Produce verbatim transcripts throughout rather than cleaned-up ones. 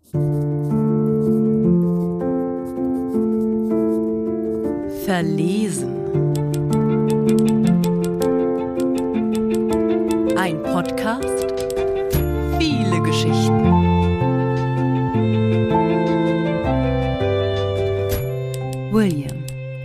Verlesen. Ein Podcast, viele Geschichten. William.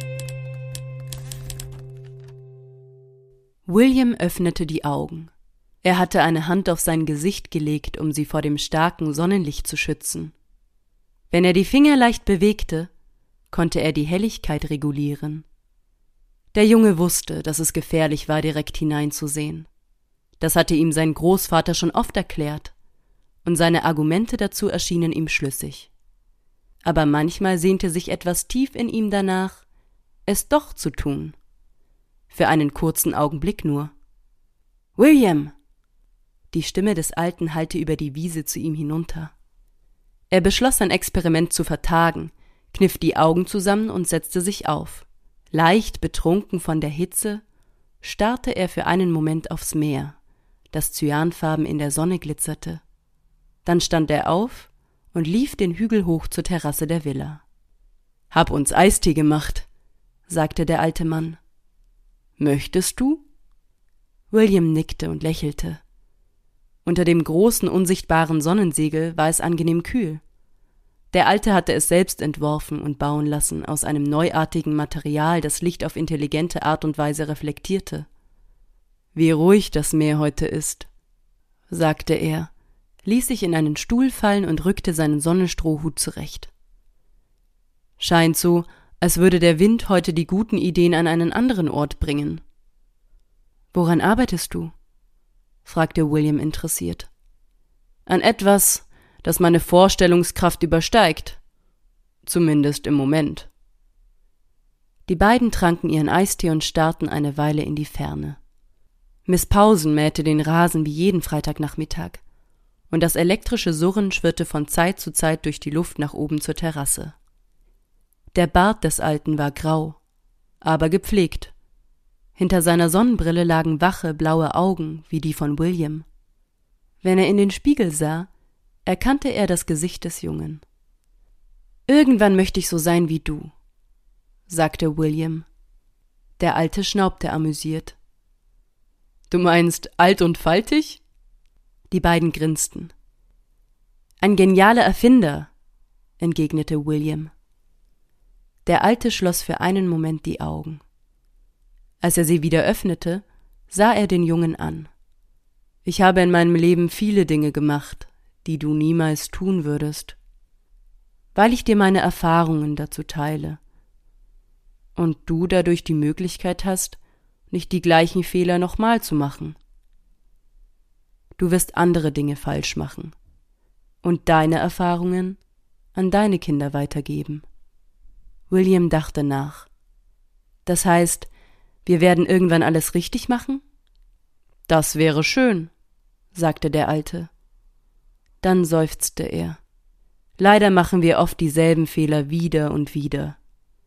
William öffnete die Augen. Er hatte eine Hand auf sein Gesicht gelegt, um sie vor dem starken Sonnenlicht zu schützen. Wenn er die Finger leicht bewegte, konnte er die Helligkeit regulieren. Der Junge wusste, dass es gefährlich war, direkt hineinzusehen. Das hatte ihm sein Großvater schon oft erklärt, und seine Argumente dazu erschienen ihm schlüssig. Aber manchmal sehnte sich etwas tief in ihm danach, es doch zu tun. Für einen kurzen Augenblick nur. »William!« Die Stimme des Alten hallte über die Wiese zu ihm hinunter. Er beschloss, sein Experiment zu vertagen, kniff die Augen zusammen und setzte sich auf. Leicht betrunken von der Hitze, starrte er für einen Moment aufs Meer, das cyanfarben in der Sonne glitzerte. Dann stand er auf und lief den Hügel hoch zur Terrasse der Villa. »Hab uns Eistee gemacht«, sagte der alte Mann. »Möchtest du?« William nickte und lächelte. Unter dem großen, unsichtbaren Sonnensegel war es angenehm kühl. Der Alte hatte es selbst entworfen und bauen lassen aus einem neuartigen Material, das Licht auf intelligente Art und Weise reflektierte. »Wie ruhig das Meer heute ist«, sagte er, ließ sich in einen Stuhl fallen und rückte seinen Sonnenstrohhut zurecht. »Scheint so, als würde der Wind heute die guten Ideen an einen anderen Ort bringen.« »Woran arbeitest du?« fragte William interessiert. »An etwas, das meine Vorstellungskraft übersteigt. Zumindest im Moment.« Die beiden tranken ihren Eistee und starrten eine Weile in die Ferne. Miss Pausen mähte den Rasen wie jeden Freitagnachmittag, und das elektrische Surren schwirrte von Zeit zu Zeit durch die Luft nach oben zur Terrasse. Der Bart des Alten war grau, aber gepflegt. Hinter seiner Sonnenbrille lagen wache, blaue Augen wie die von William. Wenn er in den Spiegel sah, erkannte er das Gesicht des Jungen. »Irgendwann möchte ich so sein wie du«, sagte William. Der Alte schnaubte amüsiert. »Du meinst alt und faltig?« Die beiden grinsten. »Ein genialer Erfinder«, entgegnete William. Der Alte schloss für einen Moment die Augen. Als er sie wieder öffnete, sah er den Jungen an. »Ich habe in meinem Leben viele Dinge gemacht, die du niemals tun würdest, weil ich dir meine Erfahrungen dazu teile. Und du dadurch die Möglichkeit hast, nicht die gleichen Fehler nochmal zu machen. Du wirst andere Dinge falsch machen und deine Erfahrungen an deine Kinder weitergeben.« William dachte nach. »Das heißt, wir werden irgendwann alles richtig machen?« »Das wäre schön«, sagte der Alte. Dann seufzte er. »Leider machen wir oft dieselben Fehler wieder und wieder.«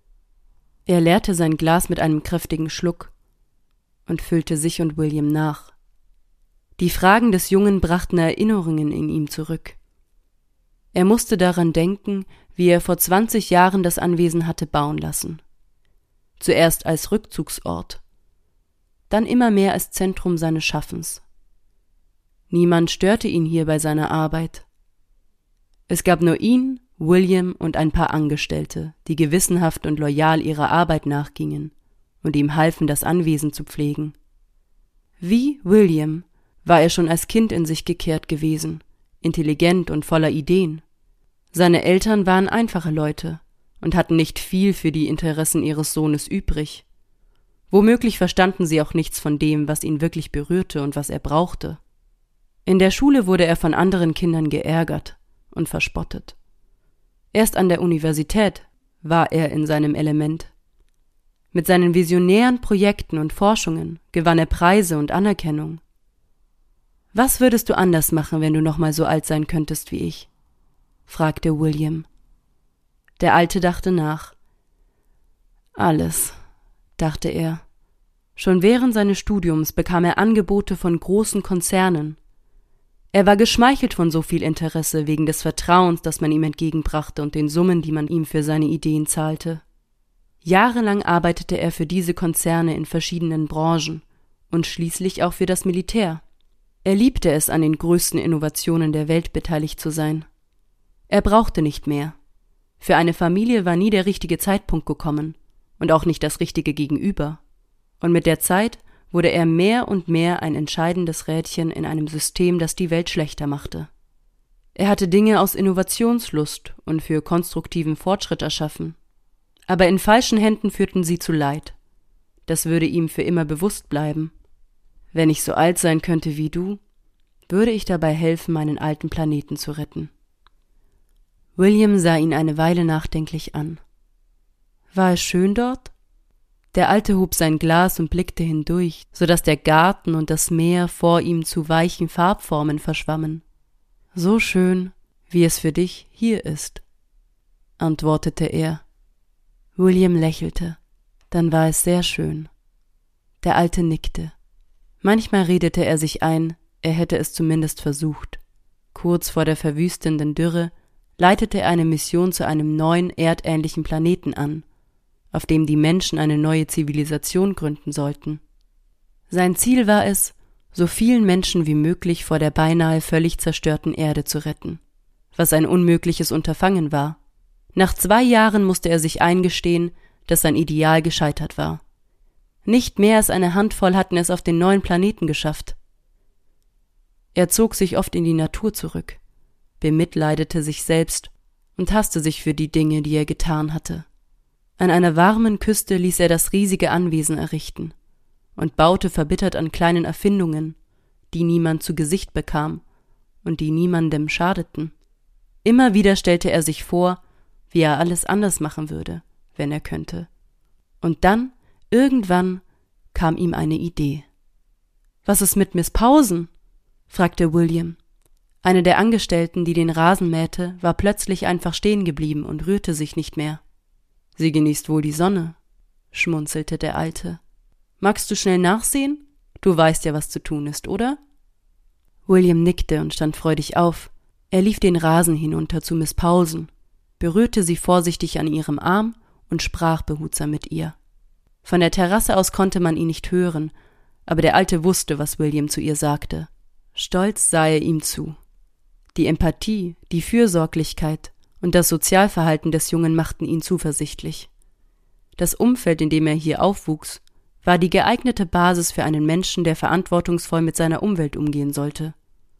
Er leerte sein Glas mit einem kräftigen Schluck und füllte sich und William nach. Die Fragen des Jungen brachten Erinnerungen in ihm zurück. Er musste daran denken, wie er vor zwanzig Jahren das Anwesen hatte bauen lassen. Zuerst als Rückzugsort, dann immer mehr als Zentrum seines Schaffens. Niemand störte ihn hier bei seiner Arbeit. Es gab nur ihn, William und ein paar Angestellte, die gewissenhaft und loyal ihrer Arbeit nachgingen und ihm halfen, das Anwesen zu pflegen. Wie William war er schon als Kind in sich gekehrt gewesen, intelligent und voller Ideen. Seine Eltern waren einfache Leute und hatten nicht viel für die Interessen ihres Sohnes übrig. Womöglich verstanden sie auch nichts von dem, was ihn wirklich berührte und was er brauchte. In der Schule wurde er von anderen Kindern geärgert und verspottet. Erst an der Universität war er in seinem Element. Mit seinen visionären Projekten und Forschungen gewann er Preise und Anerkennung. »Was würdest du anders machen, wenn du noch mal so alt sein könntest wie ich?« fragte William. Der Alte dachte nach. »Alles«, dachte er. Schon während seines Studiums bekam er Angebote von großen Konzernen. Er war geschmeichelt von so viel Interesse wegen des Vertrauens, das man ihm entgegenbrachte und den Summen, die man ihm für seine Ideen zahlte. Jahrelang arbeitete er für diese Konzerne in verschiedenen Branchen und schließlich auch für das Militär. Er liebte es, an den größten Innovationen der Welt beteiligt zu sein. Er brauchte nicht mehr. Für eine Familie war nie der richtige Zeitpunkt gekommen und auch nicht das richtige Gegenüber. Und mit der Zeit wurde er mehr und mehr ein entscheidendes Rädchen in einem System, das die Welt schlechter machte. Er hatte Dinge aus Innovationslust und für konstruktiven Fortschritt erschaffen. Aber in falschen Händen führten sie zu Leid. Das würde ihm für immer bewusst bleiben. Wenn ich so alt sein könnte wie du, würde ich dabei helfen, meinen alten Planeten zu retten. William sah ihn eine Weile nachdenklich an. War es schön dort? Der Alte hob sein Glas und blickte hindurch, so dass der Garten und das Meer vor ihm zu weichen Farbformen verschwammen. So schön, wie es für dich hier ist, antwortete er. William lächelte. Dann war es sehr schön. Der Alte nickte. Manchmal redete er sich ein, er hätte es zumindest versucht. Kurz vor der verwüstenden Dürre leitete er eine Mission zu einem neuen erdähnlichen Planeten an, auf dem die Menschen eine neue Zivilisation gründen sollten. Sein Ziel war es, so vielen Menschen wie möglich vor der beinahe völlig zerstörten Erde zu retten, was ein unmögliches Unterfangen war. Nach zwei Jahren musste er sich eingestehen, dass sein Ideal gescheitert war. Nicht mehr als eine Handvoll hatten es auf den neuen Planeten geschafft. Er zog sich oft in die Natur zurück, bemitleidete sich selbst und hasste sich für die Dinge, die er getan hatte. An einer warmen Küste ließ er das riesige Anwesen errichten und baute verbittert an kleinen Erfindungen, die niemand zu Gesicht bekam und die niemandem schadeten. Immer wieder stellte er sich vor, wie er alles anders machen würde, wenn er könnte. Und dann, irgendwann, kam ihm eine Idee. »Was ist mit Miss Pausen?« fragte William. Eine der Angestellten, die den Rasen mähte, war plötzlich einfach stehen geblieben und rührte sich nicht mehr. »Sie genießt wohl die Sonne«, schmunzelte der Alte. »Magst du schnell nachsehen? Du weißt ja, was zu tun ist, oder?« William nickte und stand freudig auf. Er lief den Rasen hinunter zu Miss Pausen, berührte sie vorsichtig an ihrem Arm und sprach behutsam mit ihr. Von der Terrasse aus konnte man ihn nicht hören, aber der Alte wusste, was William zu ihr sagte. Stolz sah er ihm zu. Die Empathie, die Fürsorglichkeit und das Sozialverhalten des Jungen machten ihn zuversichtlich. Das Umfeld, in dem er hier aufwuchs, war die geeignete Basis für einen Menschen, der verantwortungsvoll mit seiner Umwelt umgehen sollte.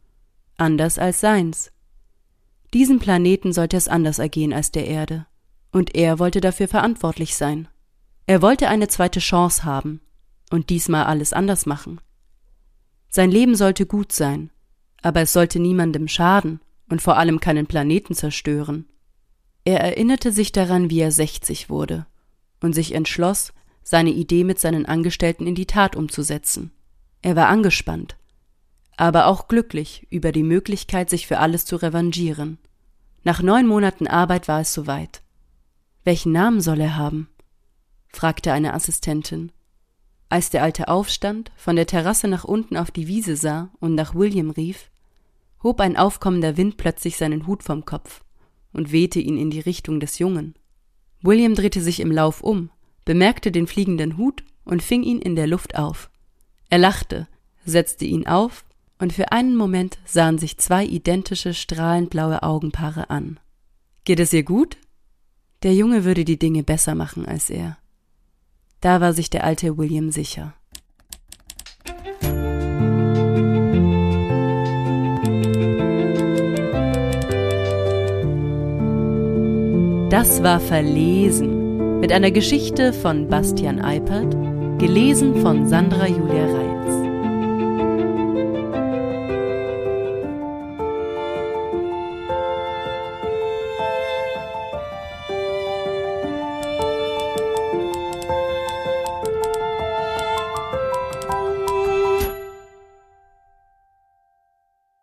Anders als seins. Diesem Planeten sollte es anders ergehen als der Erde, und er wollte dafür verantwortlich sein. Er wollte eine zweite Chance haben und diesmal alles anders machen. Sein Leben sollte gut sein, aber es sollte niemandem schaden und vor allem keinen Planeten zerstören. Er erinnerte sich daran, wie er sechzig wurde und sich entschloss, seine Idee mit seinen Angestellten in die Tat umzusetzen. Er war angespannt, aber auch glücklich über die Möglichkeit, sich für alles zu revanchieren. Nach neun Monaten Arbeit war es soweit. »Welchen Namen soll er haben?« fragte eine Assistentin. Als der Alte aufstand, von der Terrasse nach unten auf die Wiese sah und nach William rief, hob ein aufkommender Wind plötzlich seinen Hut vom Kopf und wehte ihn in die Richtung des Jungen. William drehte sich im Lauf um, bemerkte den fliegenden Hut und fing ihn in der Luft auf. Er lachte, setzte ihn auf, und für einen Moment sahen sich zwei identische, strahlend blaue Augenpaare an. »Geht es ihr gut?« Der Junge würde die Dinge besser machen als er. Da war sich der alte William sicher. Das war Verlesen mit einer Geschichte von Bastian Eipert, gelesen von Sandra Julia Reitz.